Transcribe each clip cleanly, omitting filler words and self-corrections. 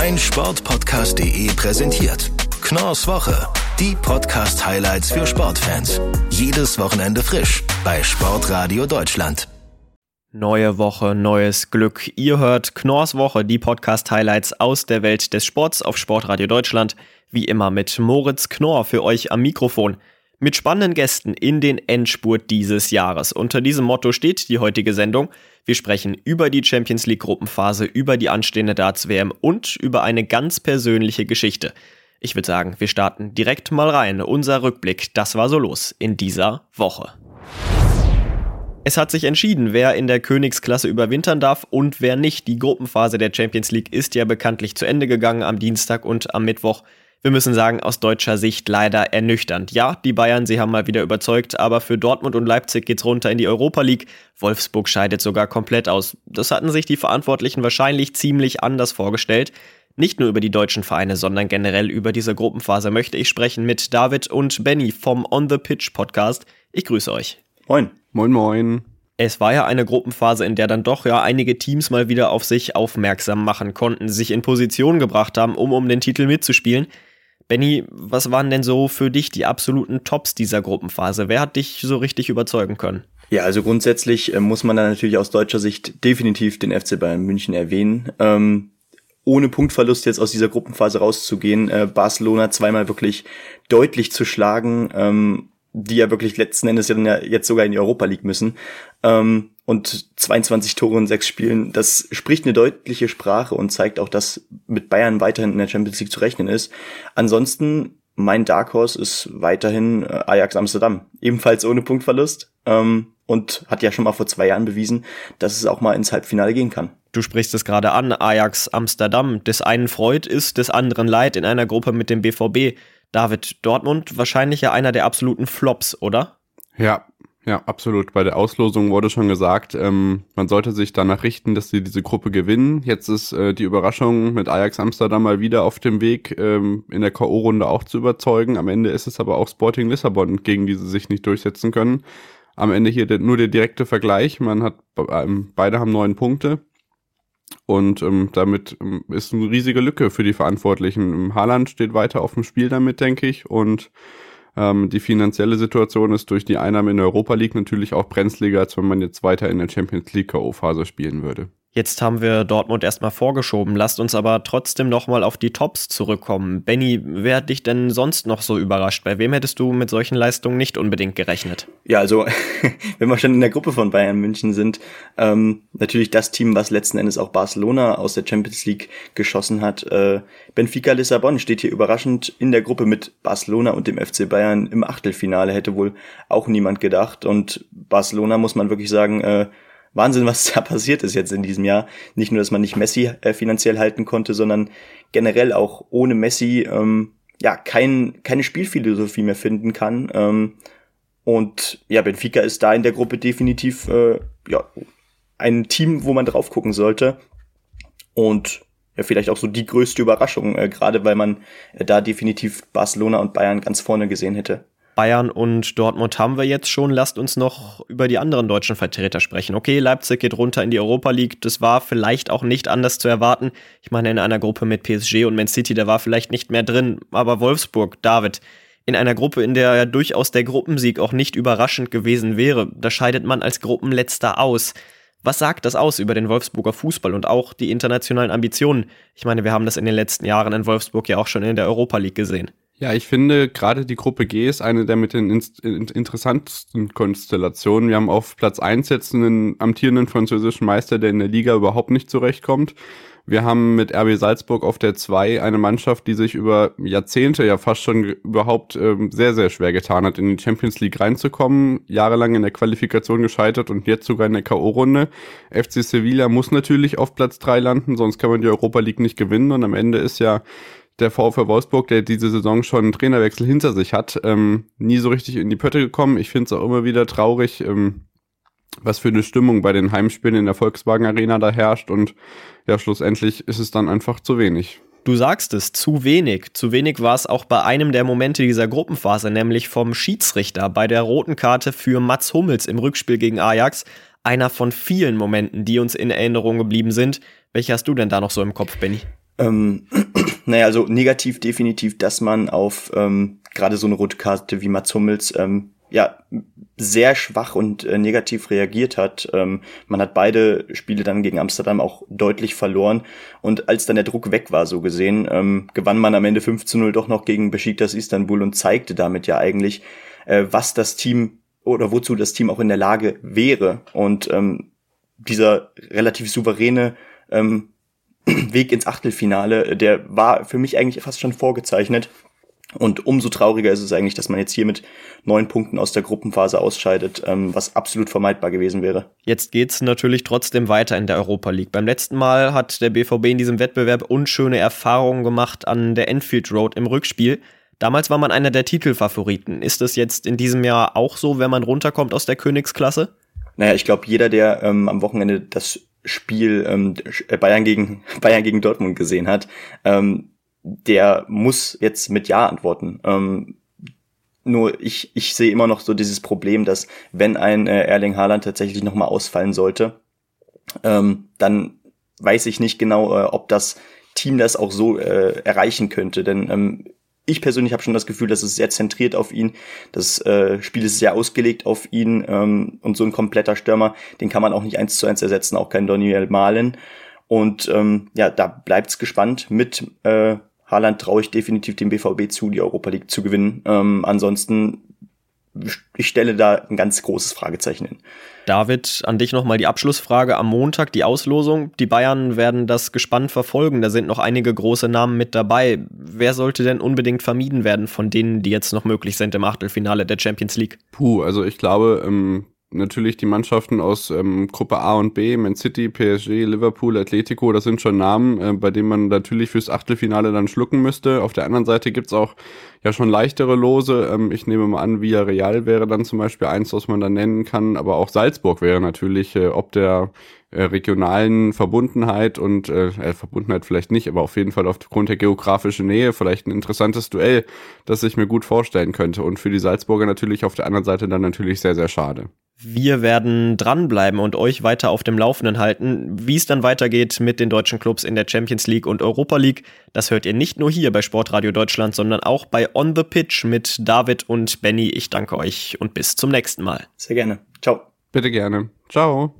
meinsportpodcast.de präsentiert Knorrs Woche. Die Podcast-Highlights für Sportfans. Jedes Wochenende frisch bei Sportradio Deutschland. Neue Woche, neues Glück. Ihr hört Knorrs Woche, die Podcast-Highlights aus der Welt des Sports auf Sportradio Deutschland. Wie immer mit Moritz Knorr für euch am Mikrofon. Mit spannenden Gästen in den Endspurt dieses Jahres. Unter diesem Motto steht die heutige Sendung. Wir sprechen über die Champions League Gruppenphase, über die anstehende Darts-WM und über eine ganz persönliche Geschichte. Ich würde sagen, wir starten direkt mal rein. Unser Rückblick, das war so los in dieser Woche. Es hat sich entschieden, wer in der Königsklasse überwintern darf und wer nicht. Die Gruppenphase der Champions League ist ja bekanntlich zu Ende gegangen am Dienstag und am Mittwoch. Wir müssen sagen, aus deutscher Sicht leider ernüchternd. Ja, die Bayern, sie haben mal wieder überzeugt, aber für Dortmund und Leipzig geht's runter in die Europa League. Wolfsburg scheidet sogar komplett aus. Das hatten sich die Verantwortlichen wahrscheinlich ziemlich anders vorgestellt. Nicht nur über die deutschen Vereine, sondern generell über diese Gruppenphase möchte ich sprechen mit David und Benny vom On the Pitch Podcast. Ich grüße euch. Moin. Moin, moin. Es war ja eine Gruppenphase, in der dann doch einige Teams mal wieder auf sich aufmerksam machen konnten, sich in Position gebracht haben, um den Titel mitzuspielen. Benny, was waren denn so für dich die absoluten Tops dieser Gruppenphase? Wer hat dich so richtig überzeugen können? Ja, also grundsätzlich muss man da natürlich aus deutscher Sicht definitiv den FC Bayern München erwähnen. Ohne Punktverlust jetzt aus dieser Gruppenphase rauszugehen, Barcelona zweimal wirklich deutlich zu schlagen, die ja wirklich letzten Endes ja dann jetzt sogar in die Europa League müssen. Und 22 Tore in 6 Spielen, das spricht eine deutliche Sprache und zeigt auch, dass mit Bayern weiterhin in der Champions League zu rechnen ist. Ansonsten, mein Dark Horse ist weiterhin Ajax Amsterdam. Ebenfalls ohne Punktverlust. Und hat ja schon mal vor 2 Jahren bewiesen, dass es auch mal ins Halbfinale gehen kann. Du sprichst es gerade an, Ajax Amsterdam. Des einen Freud ist des anderen Leid in einer Gruppe mit dem BVB. David, Dortmund wahrscheinlich ja einer der absoluten Flops, oder? Ja, absolut. Bei der Auslosung wurde schon gesagt, man sollte sich danach richten, dass sie diese Gruppe gewinnen. Jetzt ist die Überraschung mit Ajax Amsterdam mal wieder auf dem Weg, in der K.O.-Runde auch zu überzeugen. Am Ende ist es aber auch Sporting Lissabon, gegen die sie sich nicht durchsetzen können. Am Ende hier nur der direkte Vergleich. Beide haben 9 Punkte. Und damit ist eine riesige Lücke für die Verantwortlichen. Haaland steht weiter auf dem Spiel damit, denke ich. Und die finanzielle Situation ist durch die Einnahmen in der Europa League natürlich auch brenzliger, als wenn man jetzt weiter in der Champions League K.O.-Phase spielen würde. Jetzt haben wir Dortmund erstmal vorgeschoben. Lasst uns aber trotzdem nochmal auf die Tops zurückkommen. Benny, wer hat dich denn sonst noch so überrascht? Bei wem hättest du mit solchen Leistungen nicht unbedingt gerechnet? Ja, also wenn wir schon in der Gruppe von Bayern München sind, natürlich das Team, was letzten Endes auch Barcelona aus der Champions League geschossen hat. Benfica Lissabon steht hier überraschend in der Gruppe mit Barcelona und dem FC Bayern im Achtelfinale, hätte wohl auch niemand gedacht. Und Barcelona, muss man wirklich sagen, Wahnsinn, was da passiert ist jetzt in diesem Jahr. Nicht nur, dass man nicht Messi finanziell halten konnte, sondern generell auch ohne Messi keine Spielphilosophie mehr finden kann. Und ja, Benfica ist da in der Gruppe definitiv ein Team, wo man drauf gucken sollte. Und ja, vielleicht auch so die größte Überraschung, gerade weil man da definitiv Barcelona und Bayern ganz vorne gesehen hätte. Bayern und Dortmund haben wir jetzt schon. Lasst uns noch über die anderen deutschen Vertreter sprechen. Okay, Leipzig geht runter in die Europa League. Das war vielleicht auch nicht anders zu erwarten. Ich meine, in einer Gruppe mit PSG und Man City, da war vielleicht nicht mehr drin. Aber Wolfsburg, David, in einer Gruppe, in der ja durchaus der Gruppensieg auch nicht überraschend gewesen wäre, da scheidet man als Gruppenletzter aus. Was sagt das aus über den Wolfsburger Fußball und auch die internationalen Ambitionen? Ich meine, wir haben das in den letzten Jahren in Wolfsburg ja auch schon in der Europa League gesehen. Ja, ich finde, gerade die Gruppe G ist eine der mit den interessantesten Konstellationen. Wir haben auf Platz 1 jetzt einen amtierenden französischen Meister, der in der Liga überhaupt nicht zurechtkommt. Wir haben mit RB Salzburg auf der 2 eine Mannschaft, die sich über Jahrzehnte, ja fast schon überhaupt sehr, sehr schwer getan hat, in die Champions League reinzukommen. Jahrelang in der Qualifikation gescheitert und jetzt sogar in der K.O.-Runde. FC Sevilla muss natürlich auf Platz 3 landen, sonst kann man die Europa League nicht gewinnen. Und am Ende ist ja der VfL Wolfsburg, der diese Saison schon einen Trainerwechsel hinter sich hat, nie so richtig in die Pötte gekommen. Ich finde es auch immer wieder traurig, was für eine Stimmung bei den Heimspielen in der Volkswagen Arena da herrscht. Und ja, schlussendlich ist es dann einfach zu wenig. Du sagst es, zu wenig. Zu wenig war es auch bei einem der Momente dieser Gruppenphase, nämlich vom Schiedsrichter bei der roten Karte für Mats Hummels im Rückspiel gegen Ajax. Einer von vielen Momenten, die uns in Erinnerung geblieben sind. Welche hast du denn da noch so im Kopf, Benny? Naja, also negativ definitiv, dass man auf gerade so eine rote Karte wie Mats Hummels sehr schwach und negativ reagiert hat. Man hat beide Spiele dann gegen Amsterdam auch deutlich verloren und als dann der Druck weg war, so gesehen, gewann man am Ende 5-0 doch noch gegen Beşiktaş Istanbul und zeigte damit ja eigentlich, was das Team oder wozu das Team auch in der Lage wäre. Und dieser relativ souveräne Weg ins Achtelfinale, der war für mich eigentlich fast schon vorgezeichnet. Und umso trauriger ist es eigentlich, dass man jetzt hier mit 9 Punkten aus der Gruppenphase ausscheidet, was absolut vermeidbar gewesen wäre. Jetzt geht's natürlich trotzdem weiter in der Europa League. Beim letzten Mal hat der BVB in diesem Wettbewerb unschöne Erfahrungen gemacht an der Anfield Road im Rückspiel. Damals war man einer der Titelfavoriten. Ist das jetzt in diesem Jahr auch so, wenn man runterkommt aus der Königsklasse? Naja, ich glaube, jeder, der am Wochenende das Spiel Bayern gegen Dortmund gesehen hat, der muss jetzt mit Ja antworten. Nur ich sehe immer noch so dieses Problem, dass wenn ein Erling Haaland tatsächlich nochmal ausfallen sollte, dann weiß ich nicht genau, ob das Team das auch so erreichen könnte. Denn ich persönlich habe schon das Gefühl, dass es sehr zentriert auf ihn. Das Spiel ist sehr ausgelegt auf ihn und so ein kompletter Stürmer, den kann man auch nicht 1:1 ersetzen, auch kein Daniel Malen. Und da bleibt's gespannt. Mit Haaland traue ich definitiv dem BVB zu, die Europa League zu gewinnen. Ansonsten, ich stelle da ein ganz großes Fragezeichen hin. David, an dich nochmal die Abschlussfrage. Am Montag die Auslosung. Die Bayern werden das gespannt verfolgen. Da sind noch einige große Namen mit dabei. Wer sollte denn unbedingt vermieden werden von denen, die jetzt noch möglich sind im Achtelfinale der Champions League? Also ich glaube, natürlich die Mannschaften aus Gruppe A und B, Man City, PSG, Liverpool, Atletico, das sind schon Namen, bei denen man natürlich fürs Achtelfinale dann schlucken müsste. Auf der anderen Seite gibt's auch ja schon leichtere Lose. Ich nehme mal an, Villarreal wäre dann zum Beispiel eins, was man da nennen kann, aber auch Salzburg wäre natürlich ob der regionalen Verbundenheit und Verbundenheit vielleicht nicht, aber auf jeden Fall aufgrund der geografischen Nähe vielleicht ein interessantes Duell, das ich mir gut vorstellen könnte. Und für die Salzburger natürlich auf der anderen Seite dann natürlich sehr, sehr schade. Wir werden dranbleiben und euch weiter auf dem Laufenden halten. Wie es dann weitergeht mit den deutschen Clubs in der Champions League und Europa League, das hört ihr nicht nur hier bei Sportradio Deutschland, sondern auch bei On the Pitch mit David und Benny. Ich danke euch und bis zum nächsten Mal. Sehr gerne. Ciao. Bitte gerne. Ciao.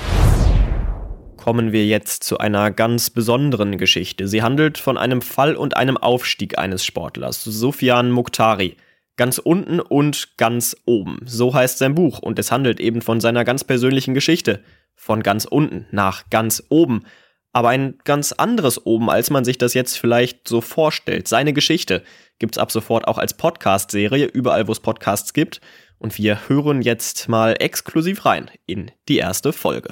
Kommen wir jetzt zu einer ganz besonderen Geschichte. Sie handelt von einem Fall und einem Aufstieg eines Sportlers, Sufjan Mukhtarli. Ganz unten und ganz oben. So heißt sein Buch und es handelt eben von seiner ganz persönlichen Geschichte. Von ganz unten nach ganz oben. Aber ein ganz anderes oben, als man sich das jetzt vielleicht so vorstellt. Seine Geschichte gibt's ab sofort auch als Podcast-Serie, überall wo es Podcasts gibt. Und wir hören jetzt mal exklusiv rein in die erste Folge.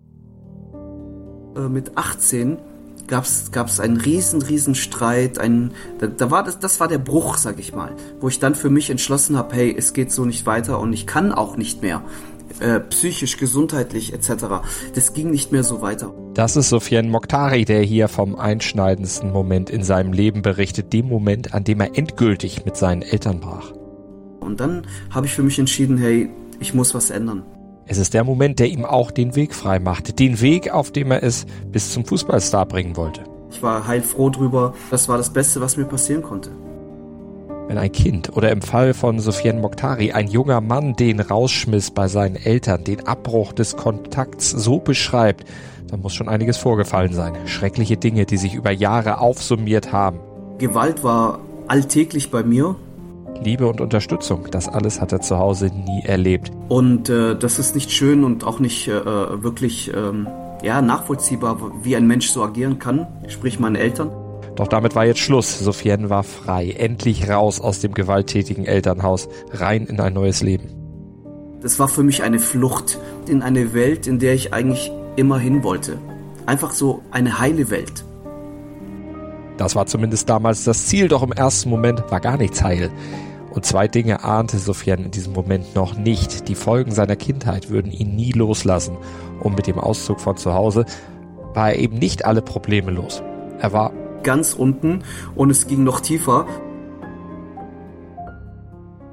Mit 18 gab's einen riesen Streit, das war der Bruch, sag ich mal, wo ich dann für mich entschlossen habe, hey, es geht so nicht weiter und ich kann auch nicht mehr, psychisch, gesundheitlich etc. Das ging nicht mehr so weiter. Das ist Sufjan Mukhtarli, der hier vom einschneidendsten Moment in seinem Leben berichtet, dem Moment, an dem er endgültig mit seinen Eltern brach. Und dann habe ich für mich entschieden, hey, ich muss was ändern. Es ist der Moment, der ihm auch den Weg frei machte. Den Weg, auf dem er es bis zum Fußballstar bringen wollte. Ich war heilfroh drüber. Das war das Beste, was mir passieren konnte. Wenn ein Kind oder im Fall von Sufjan Mukhtarli ein junger Mann den rausschmiss bei seinen Eltern, den Abbruch des Kontakts so beschreibt, dann muss schon einiges vorgefallen sein. Schreckliche Dinge, die sich über Jahre aufsummiert haben. Gewalt war alltäglich bei mir. Liebe und Unterstützung, das alles hat er zu Hause nie erlebt. Und das ist nicht schön und auch nicht wirklich nachvollziehbar, wie ein Mensch so agieren kann, sprich meine Eltern. Doch damit war jetzt Schluss. Sufjan war frei, endlich raus aus dem gewalttätigen Elternhaus, rein in ein neues Leben. Das war für mich eine Flucht in eine Welt, in der ich eigentlich immer hin wollte. Einfach so eine heile Welt. Das war zumindest damals das Ziel, doch im ersten Moment war gar nichts heil. Und zwei Dinge ahnte Sufjan in diesem Moment noch nicht. Die Folgen seiner Kindheit würden ihn nie loslassen. Und mit dem Auszug von zu Hause war er eben nicht alle Probleme los. Er war ganz unten und es ging noch tiefer.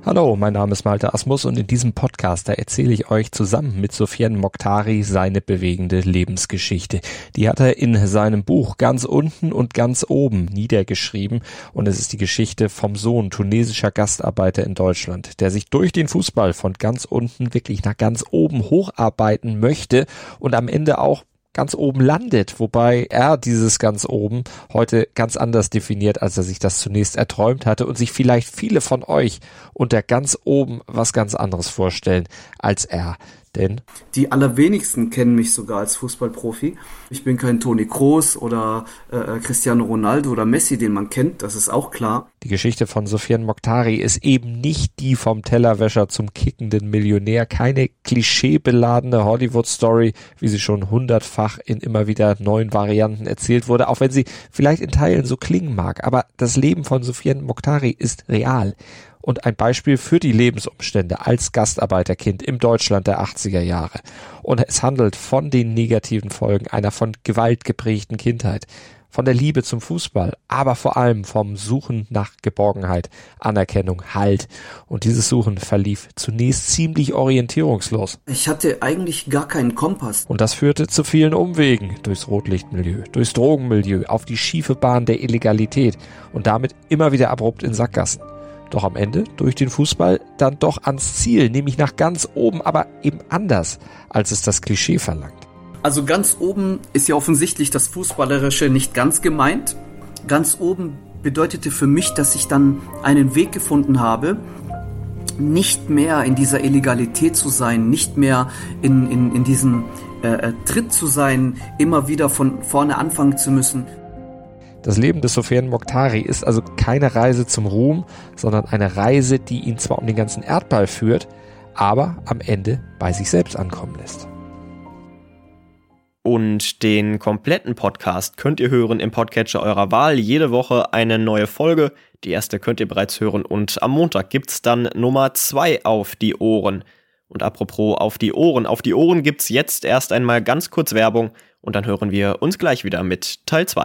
Hallo, mein Name ist Malte Asmus und in diesem Podcast, da erzähle ich euch zusammen mit Soufiane Mokhtari seine bewegende Lebensgeschichte. Die hat er in seinem Buch Ganz unten und ganz oben niedergeschrieben und es ist die Geschichte vom Sohn tunesischer Gastarbeiter in Deutschland, der sich durch den Fußball von ganz unten wirklich nach ganz oben hocharbeiten möchte und am Ende auch ganz oben landet, wobei er dieses ganz oben heute ganz anders definiert, als er sich das zunächst erträumt hatte und sich vielleicht viele von euch unter ganz oben was ganz anderes vorstellen als er. Denn die allerwenigsten kennen mich sogar als Fußballprofi. Ich bin kein Toni Kroos oder Cristiano Ronaldo oder Messi, den man kennt, das ist auch klar. Die Geschichte von Soufiane Mokhtari ist eben nicht die vom Tellerwäscher zum kickenden Millionär, keine klischeebeladene Hollywood-Story, wie sie schon 100-fach in immer wieder neuen Varianten erzählt wurde, auch wenn sie vielleicht in Teilen so klingen mag. Aber das Leben von Soufiane Mokhtari ist real. Und ein Beispiel für die Lebensumstände als Gastarbeiterkind im Deutschland der 80er Jahre. Und es handelt von den negativen Folgen einer von Gewalt geprägten Kindheit, von der Liebe zum Fußball, aber vor allem vom Suchen nach Geborgenheit, Anerkennung, Halt. Und dieses Suchen verlief zunächst ziemlich orientierungslos. Ich hatte eigentlich gar keinen Kompass. Und das führte zu vielen Umwegen durchs Rotlichtmilieu, durchs Drogenmilieu, auf die schiefe Bahn der Illegalität und damit immer wieder abrupt in Sackgassen. Doch am Ende durch den Fußball dann doch ans Ziel, nämlich nach ganz oben, aber eben anders, als es das Klischee verlangt. Also ganz oben ist ja offensichtlich das Fußballerische nicht ganz gemeint. Ganz oben bedeutete für mich, dass ich dann einen Weg gefunden habe, nicht mehr in dieser Illegalität zu sein, nicht mehr in diesem Tritt zu sein, immer wieder von vorne anfangen zu müssen. Das Leben des Soufiane Mokhtari ist also keine Reise zum Ruhm, sondern eine Reise, die ihn zwar um den ganzen Erdball führt, aber am Ende bei sich selbst ankommen lässt. Und den kompletten Podcast könnt ihr hören im Podcatcher eurer Wahl. Jede Woche eine neue Folge. Die erste könnt ihr bereits hören und am Montag gibt's dann Nummer 2 auf die Ohren. Und apropos auf die Ohren gibt's jetzt erst einmal ganz kurz Werbung und dann hören wir uns gleich wieder mit Teil 2.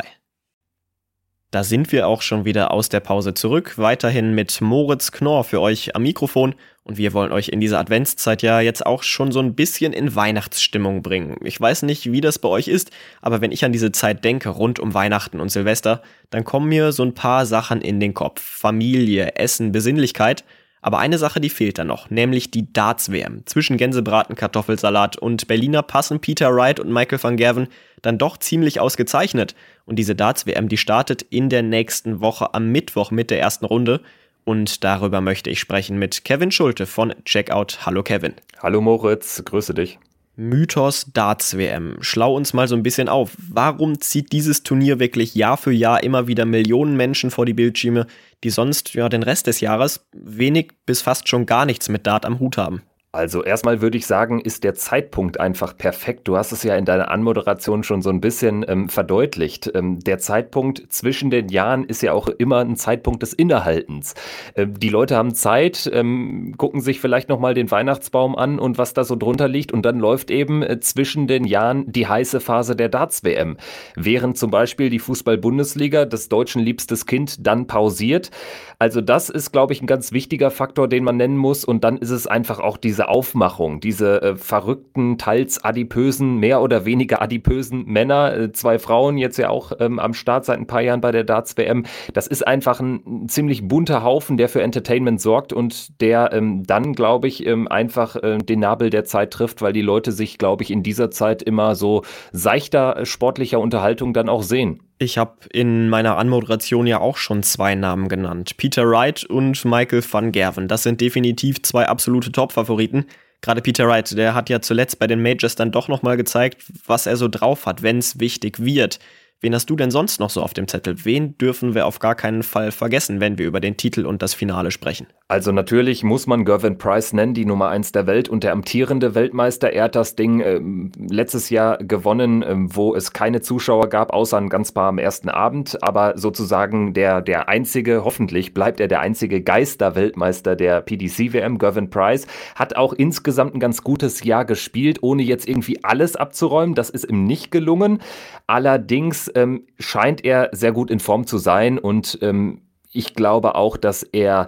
Da sind wir auch schon wieder aus der Pause zurück, weiterhin mit Moritz Knorr für euch am Mikrofon und wir wollen euch in dieser Adventszeit ja jetzt auch schon so ein bisschen in Weihnachtsstimmung bringen. Ich weiß nicht, wie das bei euch ist, aber wenn ich an diese Zeit denke, rund um Weihnachten und Silvester, dann kommen mir so ein paar Sachen in den Kopf. Familie, Essen, Besinnlichkeit. Aber eine Sache, die fehlt da noch, nämlich die Darts-WM. Zwischen Gänsebraten, Kartoffelsalat und Berliner passen Peter Wright und Michael van Gerwen dann doch ziemlich ausgezeichnet. Und diese Darts-WM, die startet in der nächsten Woche am Mittwoch mit der ersten Runde. Und darüber möchte ich sprechen mit Kevin Schulte von Checkout. Hallo Kevin. Hallo Moritz, grüße dich. Mythos Darts-WM. Schlau uns mal so ein bisschen auf. Warum zieht dieses Turnier wirklich Jahr für Jahr immer wieder Millionen Menschen vor die Bildschirme, die sonst ja den Rest des Jahres wenig bis fast schon gar nichts mit Dart am Hut haben? Also erstmal würde ich sagen, ist der Zeitpunkt einfach perfekt. Du hast es ja in deiner Anmoderation schon so ein bisschen verdeutlicht. Der Zeitpunkt zwischen den Jahren ist ja auch immer ein Zeitpunkt des Innehaltens. Die Leute haben Zeit, gucken sich vielleicht nochmal den Weihnachtsbaum an und was da so drunter liegt und dann läuft eben zwischen den Jahren die heiße Phase der Darts-WM. Während zum Beispiel die Fußball-Bundesliga, des Deutschen liebstes Kind, dann pausiert. Also das ist, glaube ich, ein ganz wichtiger Faktor, den man nennen muss und dann ist es einfach auch diese Aufmachung, diese verrückten, teils adipösen, mehr oder weniger adipösen Männer, 2 Frauen jetzt ja auch am Start seit ein paar Jahren bei der Darts-WM. Das ist einfach ein ziemlich bunter Haufen, der für Entertainment sorgt und der dann, glaube ich, einfach den Nabel der Zeit trifft, weil die Leute sich, glaube ich, in dieser Zeit immer so seichter sportlicher Unterhaltung dann auch sehen. Ich habe in meiner Anmoderation ja auch schon 2 Namen genannt. Peter Wright und Michael van Gerwen. Das sind definitiv 2 absolute Top-Favoriten. Gerade Peter Wright, der hat ja zuletzt bei den Majors dann doch nochmal gezeigt, was er so drauf hat, wenn es wichtig wird. Wen hast du denn sonst noch so auf dem Zettel? Wen dürfen wir auf gar keinen Fall vergessen, wenn wir über den Titel und das Finale sprechen? Also natürlich muss man Gervin Price nennen, die Nummer 1 der Welt und der amtierende Weltmeister. Er hat das Ding letztes Jahr gewonnen, wo es keine Zuschauer gab, außer ein ganz paar am ersten Abend. Aber sozusagen der einzige, hoffentlich bleibt er der einzige Geister-Weltmeister der PDC-WM. Gervin Price hat auch insgesamt ein ganz gutes Jahr gespielt, ohne jetzt irgendwie alles abzuräumen. Das ist ihm nicht gelungen. Allerdings scheint er sehr gut in Form zu sein und ich glaube auch, dass er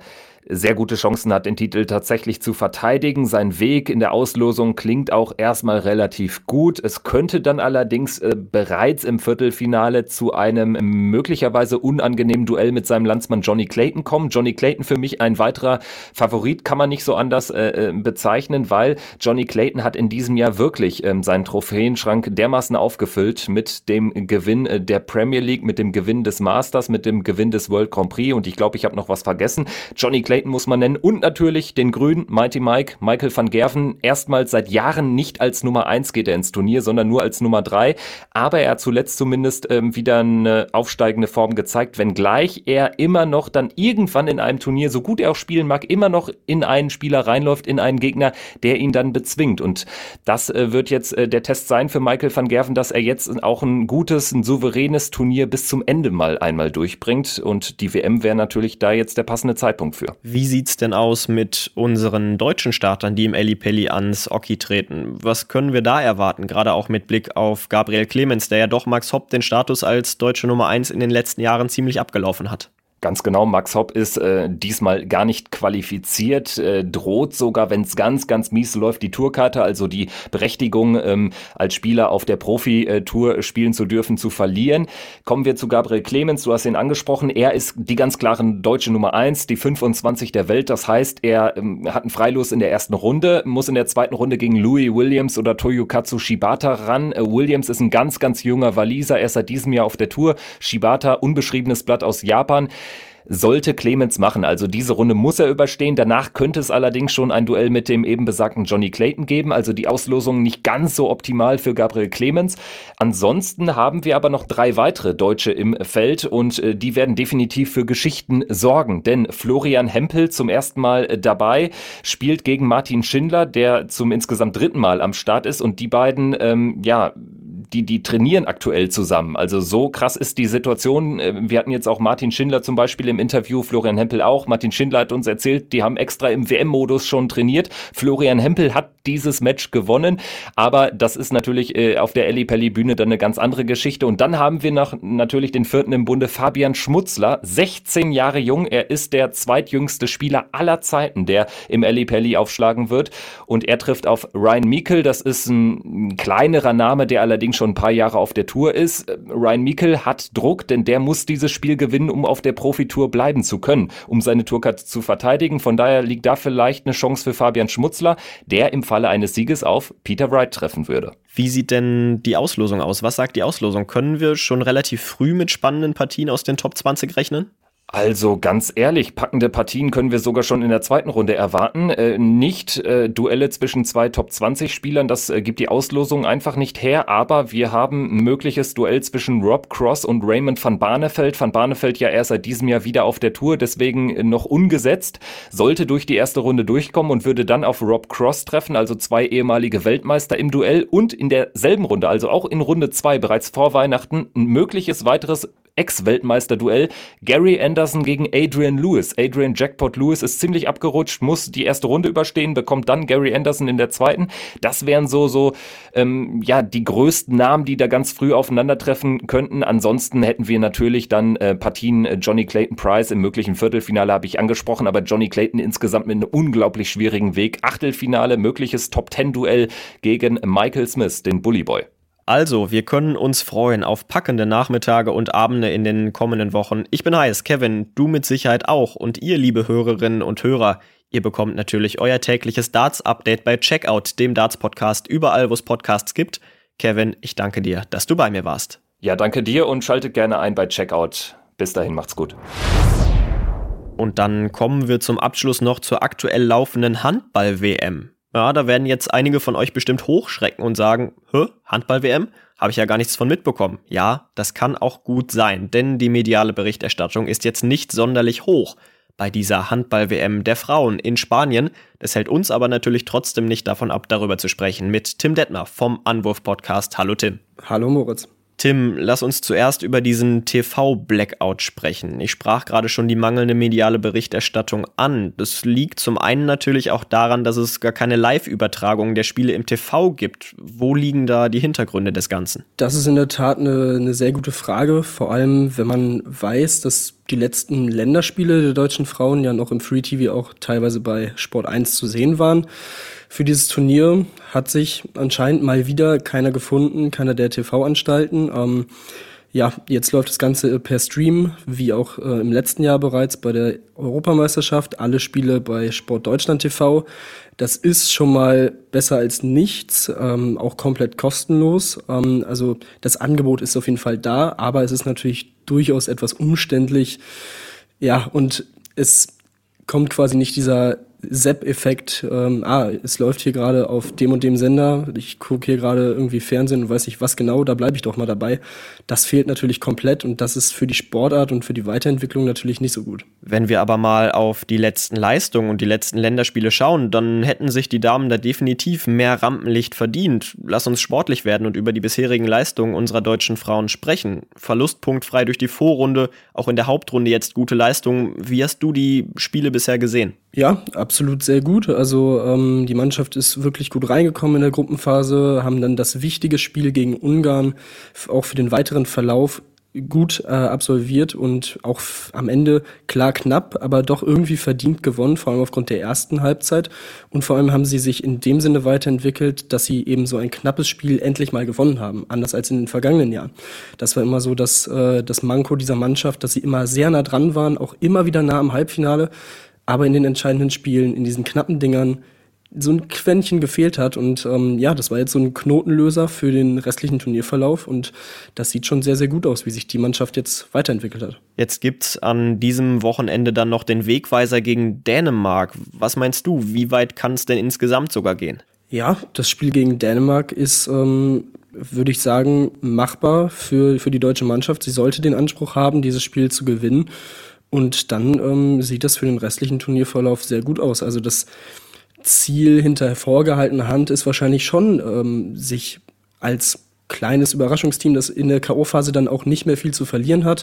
sehr gute Chancen hat, den Titel tatsächlich zu verteidigen. Sein Weg in der Auslosung klingt auch erstmal relativ gut. Es könnte dann allerdings bereits im Viertelfinale zu einem möglicherweise unangenehmen Duell mit seinem Landsmann Johnny Clayton kommen. Johnny Clayton für mich ein weiterer Favorit, kann man nicht so anders bezeichnen, weil Johnny Clayton hat in diesem Jahr wirklich seinen Trophäenschrank dermaßen aufgefüllt mit dem Gewinn der Premier League, mit dem Gewinn des Masters, mit dem Gewinn des World Grand Prix und ich glaube, ich habe noch was vergessen. Johnny Clayton muss man nennen und natürlich den Grünen, Mighty Mike, Michael van Gerven. Erstmals seit Jahren nicht als Nummer 1 geht er ins Turnier, sondern nur als Nummer 3. Aber er hat zuletzt zumindest wieder eine aufsteigende Form gezeigt, wenngleich er immer noch dann irgendwann in einem Turnier, so gut er auch spielen mag, immer noch in einen Spieler reinläuft, in einen Gegner, der ihn dann bezwingt. Und das wird jetzt der Test sein für Michael van Gerven, dass er jetzt auch ein gutes, ein souveränes Turnier bis zum Ende mal einmal durchbringt. Und die WM wäre natürlich da jetzt der passende Zeitpunkt für. Wie sieht's denn aus mit unseren deutschen Startern, die im Ellipelli ans Oki treten? Was können wir da erwarten? Gerade auch mit Blick auf Gabriel Clemens, der ja doch Max Hopp den Status als deutsche Nummer 1 in den letzten Jahren ziemlich abgelaufen hat. Ganz genau, Max Hopp ist diesmal gar nicht qualifiziert, droht sogar, wenn es ganz, ganz mies läuft, die Tourkarte, also die Berechtigung, als Spieler auf der Profi-Tour spielen zu dürfen, zu verlieren. Kommen wir zu Gabriel Clemens, du hast ihn angesprochen, er ist die ganz klaren deutsche Nummer 1, die 25 der Welt, das heißt, er hat einen Freilos in der ersten Runde, muss in der zweiten Runde gegen Louis Williams oder Toyokatsu Shibata ran. Williams ist ein ganz, ganz junger Waliser, er ist seit diesem Jahr auf der Tour, Shibata, unbeschriebenes Blatt aus Japan. Sollte Clemens machen, also diese Runde muss er überstehen, danach könnte es allerdings schon ein Duell mit dem eben besagten Johnny Clayton geben, also die Auslosung nicht ganz so optimal für Gabriel Clemens. Ansonsten haben wir aber noch 3 weitere Deutsche im Feld und die werden definitiv für Geschichten sorgen, denn Florian Hempel zum ersten Mal dabei, spielt gegen Martin Schindler, der zum insgesamt 3. Mal am Start ist und die beiden, die trainieren aktuell zusammen. Also so krass ist die Situation. Wir hatten jetzt auch Martin Schindler zum Beispiel im Interview, Florian Hempel auch. Martin Schindler hat uns erzählt, die haben extra im WM-Modus schon trainiert. Florian Hempel hat dieses Match gewonnen, aber das ist natürlich auf der Ellipelli-Bühne dann eine ganz andere Geschichte. Und dann haben wir natürlich den 4. im Bunde, Fabian Schmutzler, 16 Jahre jung. Er ist der zweitjüngste Spieler aller Zeiten, der im Ellipelli aufschlagen wird. Und er trifft auf Ryan Meikle. Das ist ein kleinerer Name, der allerdings schon ein paar Jahre auf der Tour ist. Ryan Meikle hat Druck, denn der muss dieses Spiel gewinnen, um auf der Profitour bleiben zu können, um seine Tourkarte zu verteidigen. Von daher liegt da vielleicht eine Chance für Fabian Schmutzler, der im Falle eines Sieges auf Peter Wright treffen würde. Wie sieht denn die Auslosung aus? Was sagt die Auslosung? Können wir schon relativ früh mit spannenden Partien aus den Top 20 rechnen? Also ganz ehrlich, packende Partien können wir sogar schon in der zweiten Runde erwarten. Nicht Duelle zwischen 2 Top-20-Spielern, das gibt die Auslosung einfach nicht her. Aber wir haben ein mögliches Duell zwischen Rob Cross und Raymond van Barneveld. Van Barneveld ja erst seit diesem Jahr wieder auf der Tour, deswegen noch ungesetzt. Sollte durch die erste Runde durchkommen und würde dann auf Rob Cross treffen, also 2 ehemalige Weltmeister im Duell. Und in derselben Runde, also auch in Runde 2, bereits vor Weihnachten, ein mögliches weiteres Ex-Weltmeister-Duell. Gary Anderson gegen Adrian Lewis. Adrian Jackpot Lewis ist ziemlich abgerutscht, muss die erste Runde überstehen, bekommt dann Gary Anderson in der zweiten. Das wären so die größten Namen, die da ganz früh aufeinandertreffen könnten. Ansonsten hätten wir natürlich dann Partien Johnny Clayton Price im möglichen Viertelfinale, habe ich angesprochen, aber Johnny Clayton insgesamt mit einem unglaublich schwierigen Weg. Achtelfinale, mögliches Top-10-Duell gegen Michael Smith, den Bully Boy. Also, wir können uns freuen auf packende Nachmittage und Abende in den kommenden Wochen. Ich bin heiß, Kevin, du mit Sicherheit auch. Und ihr, liebe Hörerinnen und Hörer, ihr bekommt natürlich euer tägliches Darts-Update bei Checkout, dem Darts-Podcast, überall, wo es Podcasts gibt. Kevin, ich danke dir, dass du bei mir warst. Ja, danke dir und schaltet gerne ein bei Checkout. Bis dahin, macht's gut. Und dann kommen wir zum Abschluss noch zur aktuell laufenden Handball-WM. Ja, da werden jetzt einige von euch bestimmt hochschrecken und sagen, Handball-WM? Habe ich ja gar nichts von mitbekommen. Ja, das kann auch gut sein, denn die mediale Berichterstattung ist jetzt nicht sonderlich hoch bei dieser Handball-WM der Frauen in Spanien. Das hält uns aber natürlich trotzdem nicht davon ab, darüber zu sprechen mit Tim Detmer vom Anwurf-Podcast. Hallo Tim. Hallo Moritz. Tim, lass uns zuerst über diesen TV-Blackout sprechen. Ich sprach gerade schon die mangelnde mediale Berichterstattung an. Das liegt zum einen natürlich auch daran, dass es gar keine Live-Übertragung der Spiele im TV gibt. Wo liegen da die Hintergründe des Ganzen? Das ist in der Tat eine sehr gute Frage, vor allem wenn man weiß, dass die letzten Länderspiele der deutschen Frauen ja noch im Free TV auch teilweise bei Sport 1 zu sehen waren. Für dieses Turnier hat sich anscheinend mal wieder keiner gefunden, keiner der TV-Anstalten. Jetzt läuft das Ganze per Stream, wie auch im letzten Jahr bereits bei der Europameisterschaft. Alle Spiele bei Sport Deutschland TV. Das ist schon mal besser als nichts, auch komplett kostenlos. Also das Angebot ist auf jeden Fall da, aber es ist natürlich durchaus etwas umständlich. Ja, und es kommt quasi nicht dieser Sepp-Effekt, es läuft hier gerade auf dem und dem Sender, ich gucke hier gerade irgendwie Fernsehen und weiß nicht was genau, da bleibe ich doch mal dabei. Das fehlt natürlich komplett und das ist für die Sportart und für die Weiterentwicklung natürlich nicht so gut. Wenn wir aber mal auf die letzten Leistungen und die letzten Länderspiele schauen, dann hätten sich die Damen da definitiv mehr Rampenlicht verdient. Lass uns sportlich werden und über die bisherigen Leistungen unserer deutschen Frauen sprechen. Verlustpunktfrei durch die Vorrunde, auch in der Hauptrunde jetzt gute Leistungen. Wie hast du die Spiele bisher gesehen? Ja, absolut sehr gut. Also die Mannschaft ist wirklich gut reingekommen in der Gruppenphase, haben dann das wichtige Spiel gegen Ungarn auch für den weiteren Verlauf gut absolviert und auch am Ende klar knapp, aber doch irgendwie verdient gewonnen, vor allem aufgrund der ersten Halbzeit. Und vor allem haben sie sich in dem Sinne weiterentwickelt, dass sie eben so ein knappes Spiel endlich mal gewonnen haben, anders als in den vergangenen Jahren. Das war immer so das Manko dieser Mannschaft, dass sie immer sehr nah dran waren, auch immer wieder nah am Halbfinale, aber in den entscheidenden Spielen, in diesen knappen Dingern, so ein Quäntchen gefehlt hat. Und das war jetzt so ein Knotenlöser für den restlichen Turnierverlauf. Und das sieht schon sehr, sehr gut aus, wie sich die Mannschaft jetzt weiterentwickelt hat. Jetzt gibt's an diesem Wochenende dann noch den Wegweiser gegen Dänemark. Was meinst du, wie weit kann es denn insgesamt sogar gehen? Ja, das Spiel gegen Dänemark ist, würde ich sagen, machbar für die deutsche Mannschaft. Sie sollte den Anspruch haben, dieses Spiel zu gewinnen. Und dann sieht das für den restlichen Turnierverlauf sehr gut aus. Also das Ziel hinter vorgehaltener Hand ist wahrscheinlich schon, sich als kleines Überraschungsteam, das in der K.O.-Phase dann auch nicht mehr viel zu verlieren hat,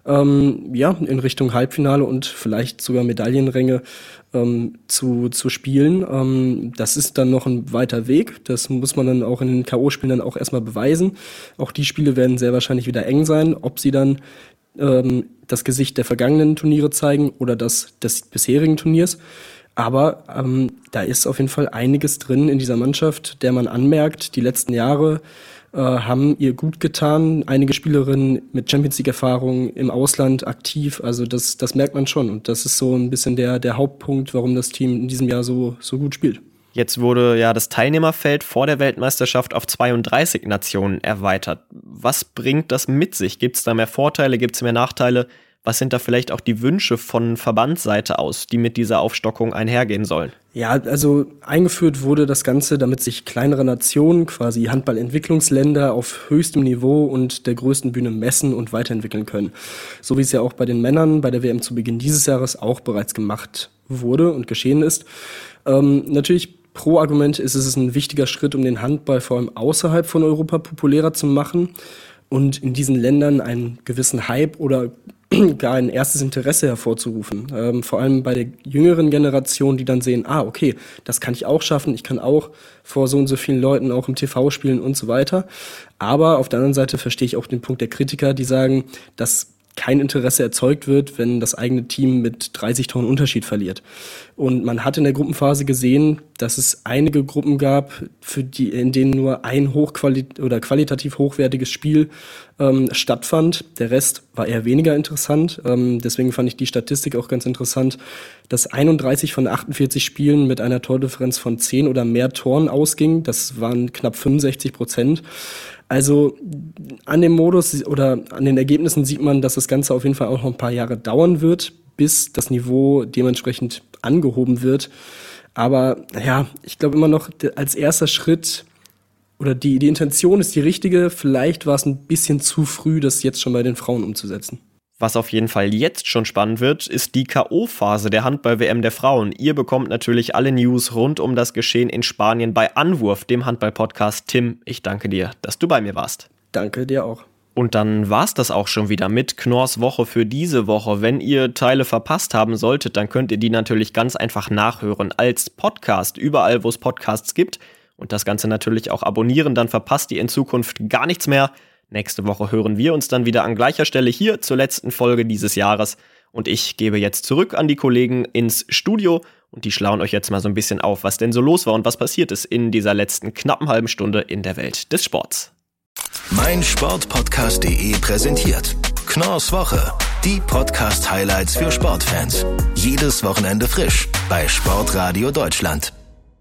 in Richtung Halbfinale und vielleicht sogar Medaillenränge zu spielen. Das ist dann noch ein weiter Weg. Das muss man dann auch in den K.O.-Spielen dann auch erstmal beweisen. Auch die Spiele werden sehr wahrscheinlich wieder eng sein. Ob sie dann das Gesicht der vergangenen Turniere zeigen oder das des bisherigen Turniers. Aber da ist auf jeden Fall einiges drin in dieser Mannschaft, der man anmerkt, die letzten Jahre haben ihr gut getan. Einige Spielerinnen mit Champions-League-Erfahrung im Ausland aktiv, also das merkt man schon. Und das ist so ein bisschen der Hauptpunkt, warum das Team in diesem Jahr so gut spielt. Jetzt wurde ja das Teilnehmerfeld vor der Weltmeisterschaft auf 32 Nationen erweitert. Was bringt das mit sich? Gibt es da mehr Vorteile, gibt es mehr Nachteile? Was sind da vielleicht auch die Wünsche von Verbandsseite aus, die mit dieser Aufstockung einhergehen sollen? Ja, also eingeführt wurde das Ganze, damit sich kleinere Nationen, quasi Handballentwicklungsländer, auf höchstem Niveau und der größten Bühne messen und weiterentwickeln können. So wie es ja auch bei den Männern bei der WM zu Beginn dieses Jahres auch bereits gemacht wurde und geschehen ist. Natürlich pro Argument ist es ein wichtiger Schritt, um den Handball vor allem außerhalb von Europa populärer zu machen und in diesen Ländern einen gewissen Hype oder gar ein erstes Interesse hervorzurufen. Vor allem bei der jüngeren Generation, die dann sehen, okay, das kann ich auch schaffen, ich kann auch vor so und so vielen Leuten auch im TV spielen und so weiter. Aber auf der anderen Seite verstehe ich auch den Punkt der Kritiker, die sagen, dass kein Interesse erzeugt wird, wenn das eigene Team mit 30 Toren Unterschied verliert. Und man hat in der Gruppenphase gesehen, dass es einige Gruppen gab, in denen nur ein qualitativ hochwertiges Spiel stattfand. Der Rest war eher weniger interessant. Deswegen fand ich die Statistik auch ganz interessant, dass 31 von 48 Spielen mit einer Tordifferenz von 10 oder mehr Toren ausging. Das waren knapp 65%. Also an dem Modus oder an den Ergebnissen sieht man, dass das Ganze auf jeden Fall auch noch ein paar Jahre dauern wird, bis das Niveau dementsprechend angehoben wird. Aber ja, ich glaube immer noch als erster Schritt oder die Intention ist die richtige. Vielleicht war es ein bisschen zu früh, das jetzt schon bei den Frauen umzusetzen. Was auf jeden Fall jetzt schon spannend wird, ist die K.O.-Phase der Handball-WM der Frauen. Ihr bekommt natürlich alle News rund um das Geschehen in Spanien bei Anwurf, dem Handball-Podcast. Tim, ich danke dir, dass du bei mir warst. Danke dir auch. Und dann war's das auch schon wieder mit Knorrs Woche für diese Woche. Wenn ihr Teile verpasst haben solltet, dann könnt ihr die natürlich ganz einfach nachhören als Podcast, überall wo es Podcasts gibt. Und das Ganze natürlich auch abonnieren, dann verpasst ihr in Zukunft gar nichts mehr. Nächste Woche hören wir uns dann wieder an gleicher Stelle hier zur letzten Folge dieses Jahres. Und ich gebe jetzt zurück an die Kollegen ins Studio und die schlauen euch jetzt mal so ein bisschen auf, was denn so los war und was passiert ist in dieser letzten knappen halben Stunde in der Welt des Sports. meinsportpodcast.de präsentiert Knorrs Woche, die Podcast-Highlights für Sportfans. Jedes Wochenende frisch bei Sportradio Deutschland.